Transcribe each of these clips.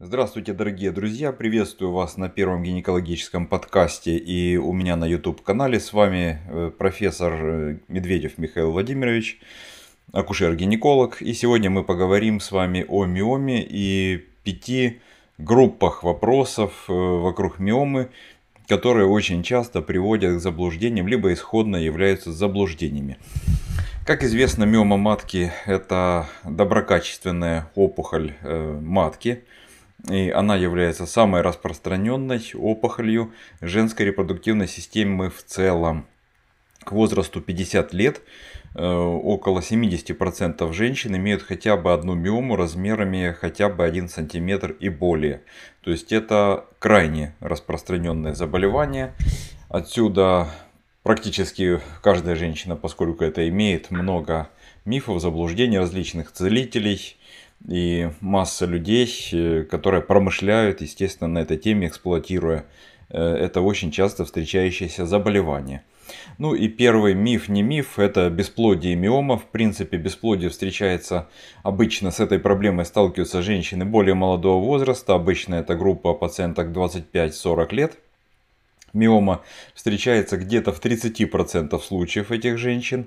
Здравствуйте, дорогие друзья! Приветствую вас на первом гинекологическом подкасте и у меня на YouTube-канале. С вами профессор Медведев Михаил Владимирович, акушер-гинеколог. И сегодня мы поговорим с вами о миоме и 5 группах вопросов вокруг миомы, которые очень часто приводят к заблуждениям, либо исходно являются заблуждениями. Как известно, миома матки – это доброкачественная опухоль матки. И она является самой распространенной опухолью женской репродуктивной системы в целом. К возрасту 50 лет около 70% женщин имеют хотя бы одну миому размерами хотя бы 1 см и более. То есть это крайне распространенное заболевание. Отсюда практически каждая женщина, поскольку это имеет много мифов, заблуждений различных целителей и масса людей, которые промышляют, естественно, на этой теме, эксплуатируя это очень часто встречающееся заболевание. Ну и первый миф, не миф, это бесплодие и миома. В принципе, бесплодие встречается обычно, с этой проблемой сталкиваются женщины более молодого возраста. Обычно это группа пациенток 25-40 лет. Миома встречается где-то в 30% случаев этих женщин.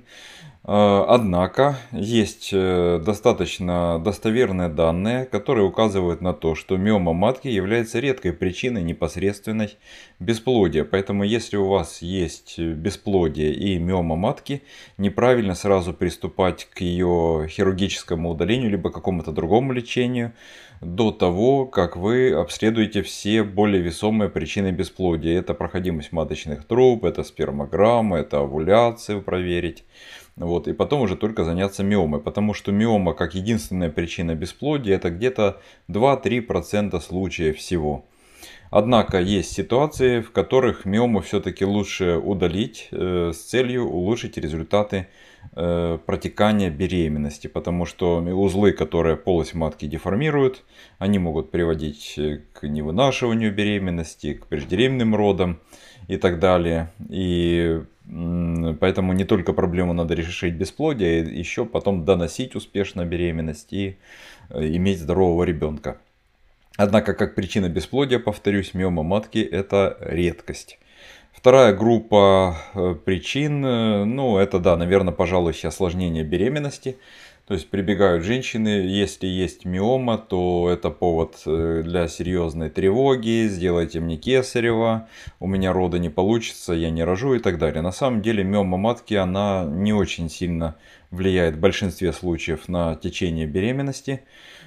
Однако есть достаточно достоверные данные, которые указывают на то, что миома матки является редкой причиной непосредственной бесплодия. Поэтому если у вас есть бесплодие и миома матки, неправильно сразу приступать к ее хирургическому удалению либо какому-то другому лечению до того, как вы обследуете все более весомые причины бесплодия. Это проходимость маточных труб, это спермограмма, это овуляцию проверить. Вот, и потом уже только заняться миомой, потому что миома как единственная причина бесплодия это где-то 2-3% случаев всего. Однако есть ситуации, в которых миому все-таки лучше удалить с целью улучшить результаты протекания беременности, потому что узлы, которые полость матки деформируют, они могут приводить к невынашиванию беременности, к преждевременным родам и так далее. И поэтому не только проблему надо решить бесплодия, а еще потом доносить успешно беременность и иметь здорового ребенка. Однако, как причина бесплодия, повторюсь, миома матки – это редкость. Вторая группа причин, ну, это, да, наверное, пожалуй, осложнение беременности. То есть прибегают женщины, если есть миома, то это повод для серьезной тревоги, сделайте мне кесарево, у меня рода не получится, я не рожу и так далее. На самом деле миома матки, она не очень сильно влияет в большинстве случаев на течение беременности.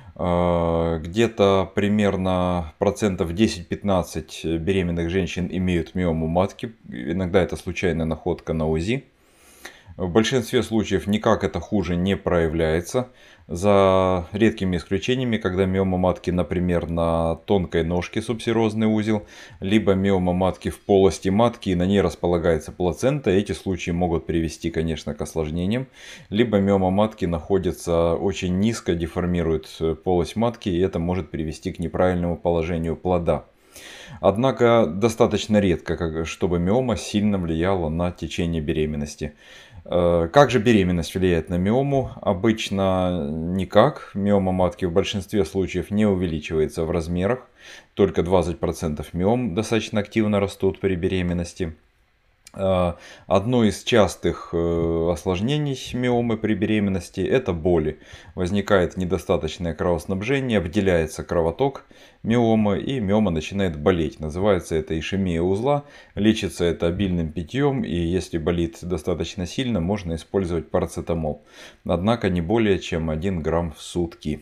Где-то примерно процентов 10-15 беременных женщин имеют миому матки. Иногда это случайная находка на УЗИ. В большинстве случаев никак это хуже не проявляется. За редкими исключениями, когда миома матки, например, на тонкой ножке субсерозный узел, либо миома матки в полости матки и на ней располагается плацента, эти случаи могут привести, конечно, к осложнениям. Либо миома матки находится очень низко, деформирует полость матки, и это может привести к неправильному положению плода. Однако достаточно редко, чтобы миома сильно влияла на течение беременности. Как же беременность влияет на миому? Обычно никак. Миома матки в большинстве случаев не увеличивается в размерах. Только 20% миом достаточно активно растут при беременности. Одно из частых осложнений миомы при беременности – это боли. Возникает недостаточное кровоснабжение, выделяется кровоток миомы, и миома начинает болеть. Называется это ишемия узла. Лечится это обильным питьем, и если болит достаточно сильно, можно использовать парацетамол. Однако не более чем 1 грамм в сутки.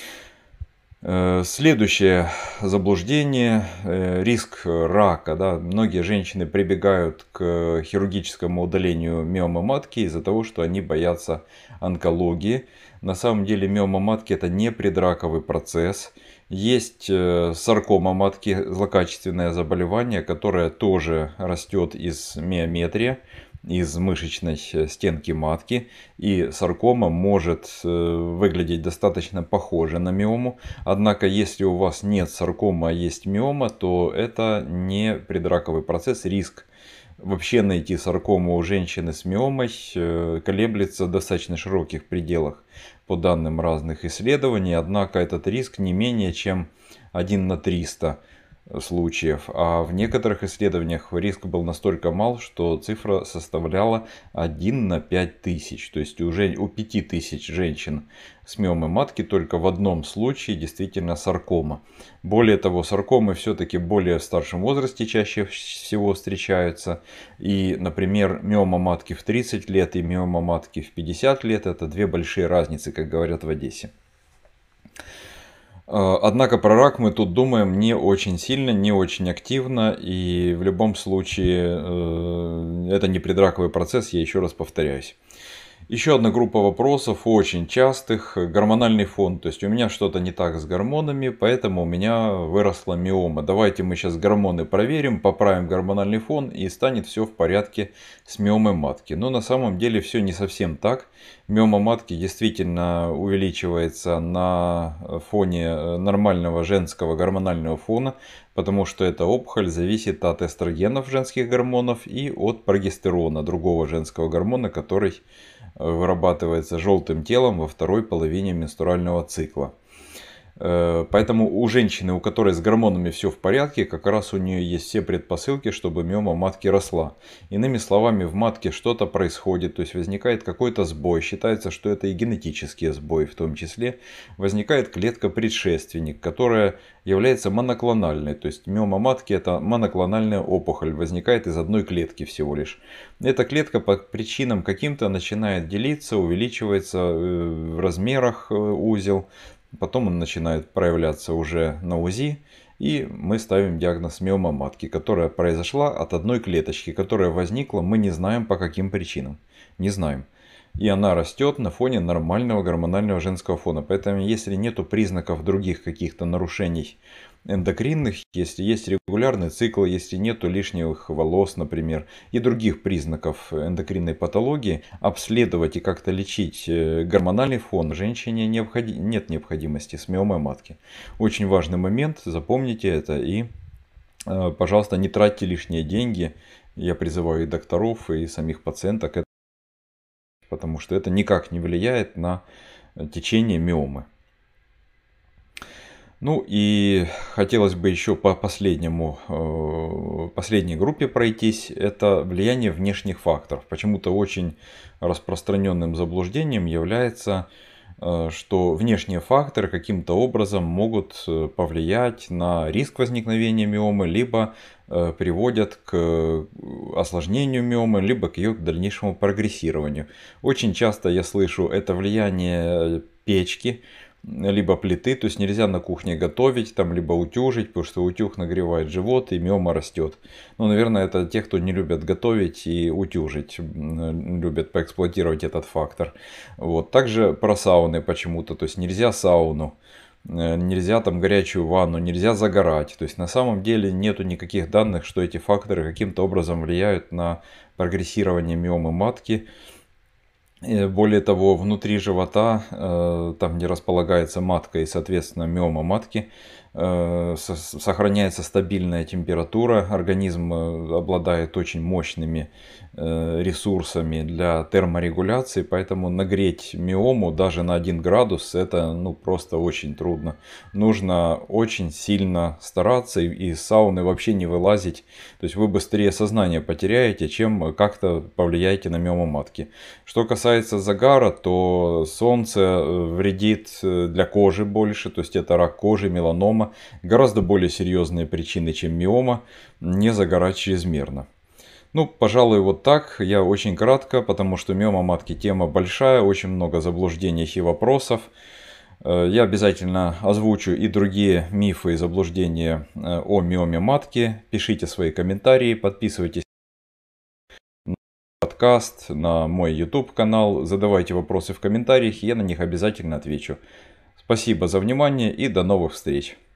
Следующее заблуждение, риск рака. Да? Многие женщины прибегают к хирургическому удалению миомы матки из-за того, что они боятся онкологии. На самом деле миома матки это не предраковый процесс. Есть саркома матки, злокачественное заболевание, которое тоже растет из миометрия, из мышечной стенки матки, и саркома может выглядеть достаточно похоже на миому. Однако если у вас нет саркомы, а есть миома, то это не предраковый процесс. Риск вообще найти саркому у женщины с миомой колеблется в достаточно широких пределах по данным разных исследований. Однако этот риск не менее чем 1 на 300 случаев, а в некоторых исследованиях риск был настолько мал, что цифра составляла 1 на 5000. То есть уже у 5000 женщин с миомой матки только в одном случае действительно саркома. Более того, саркомы все-таки более в старшем возрасте чаще всего встречаются. И, например, миома матки в 30 лет и миома матки в 50 лет — это две большие разницы, как говорят в Одессе. Однако про рак мы тут думаем не очень сильно, не очень активно, и в любом случае это не предраковый процесс, я еще раз повторяюсь. Еще одна группа вопросов, очень частых, гормональный фон. То есть у меня что-то не так с гормонами, поэтому у меня выросла миома. Давайте мы сейчас гормоны проверим, поправим гормональный фон, и станет все в порядке с миомой матки. Но на самом деле все не совсем так. Миома матки действительно увеличивается на фоне нормального женского гормонального фона, потому что эта опухоль зависит от эстрогенов, женских гормонов, и от прогестерона, другого женского гормона, который вырабатывается желтым телом во второй половине менструального цикла. Поэтому у женщины, у которой с гормонами все в порядке, как раз у нее есть все предпосылки, чтобы миома матки росла. Иными словами, в матке что-то происходит, то есть возникает какой-то сбой. Считается, что это и генетические сбои в том числе. Возникает клетка-предшественник, которая является моноклональной. То есть миома матки — это моноклональная опухоль, возникает из одной клетки всего лишь. Эта клетка по причинам каким-то начинает делиться, увеличивается в размерах узел. Потом он начинает проявляться уже на УЗИ, и мы ставим диагноз миома матки, которая произошла от одной клеточки, которая возникла, мы не знаем по каким причинам. Не знаем. И она растет на фоне нормального гормонального женского фона. Поэтому если нет признаков других каких-то нарушений эндокринных, если есть регулярный цикл, если нету лишних волос, например, и других признаков эндокринной патологии, обследовать и как-то лечить гормональный фон женщине нет необходимости с миомой матки. Очень важный момент, запомните это, и, пожалуйста, не тратьте лишние деньги. Я призываю и докторов, и самих пациенток, потому что это никак не влияет на течение миомы. Ну и хотелось бы еще по последней группе пройтись. Это влияние внешних факторов. Почему-то очень распространенным заблуждением является, что внешние факторы каким-то образом могут повлиять на риск возникновения миомы, либо приводят к осложнению миомы, либо к ее дальнейшему прогрессированию. Очень часто я слышу это влияние печки, либо плиты, то есть нельзя на кухне готовить, там, либо утюжить, потому что утюг нагревает живот и миома растет. Ну, наверное, это те, кто не любят готовить и утюжить, любят поэксплуатировать этот фактор. Вот. Также про сауны почему-то, то есть нельзя сауну, нельзя там горячую ванну, нельзя загорать. То есть на самом деле нету никаких данных, что эти факторы каким-то образом влияют на прогрессирование миомы матки. Более того, внутри живота, там где располагается матка и соответственно миома матки, сохраняется стабильная температура. Организм обладает очень мощными ресурсами для терморегуляции, поэтому нагреть миому даже на 1 градус это просто очень трудно. Нужно очень сильно стараться и из сауны вообще не вылазить. То есть вы быстрее сознание потеряете, чем как-то повлияете на миому матки. Что касается загара, то солнце вредит для кожи больше, то есть это рак кожи, меланома. Гораздо более серьезные причины, чем миома, не загорать чрезмерно. Ну, пожалуй, вот так. Я очень кратко, потому что миома матки тема большая, очень много заблуждений и вопросов. Я обязательно озвучу и другие мифы и заблуждения о миоме матки. Пишите свои комментарии, подписывайтесь на подкаст, на мой YouTube канал, задавайте вопросы в комментариях, я на них обязательно отвечу. Спасибо за внимание и до новых встреч.